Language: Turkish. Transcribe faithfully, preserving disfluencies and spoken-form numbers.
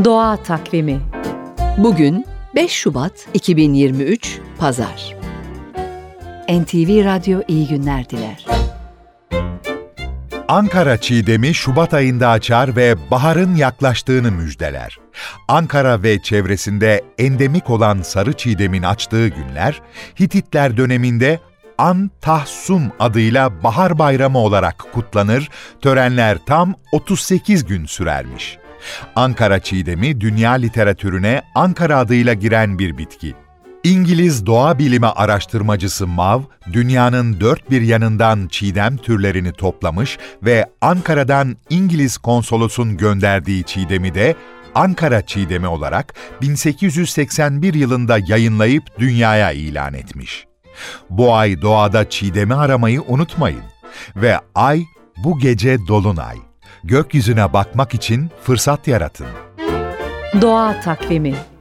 Doğa Takvimi. Bugün beş Şubat iki bin yirmi üç Pazar. N T V Radyo iyi günler diler. Ankara çiğdemi Şubat ayında açar ve baharın yaklaştığını müjdeler. Ankara ve çevresinde endemik olan sarı çiğdemin açtığı günler, Hititler döneminde An-Tahsum adıyla Bahar Bayramı olarak kutlanır, törenler tam otuz sekiz gün sürermiş. Ankara çiğdemi dünya literatürüne Ankara adıyla giren bir bitki. İngiliz doğa bilimi araştırmacısı Mav, dünyanın dört bir yanından çiğdem türlerini toplamış ve Ankara'dan İngiliz konsolosun gönderdiği çiğdemi de Ankara çiğdemi olarak bin sekiz yüz seksen bir yılında yayınlayıp dünyaya ilan etmiş. Bu ay doğada çiğdemi aramayı unutmayın. Ve ay bu gece dolunay. Gökyüzüne bakmak için fırsat yaratın. Doğa Takvimi.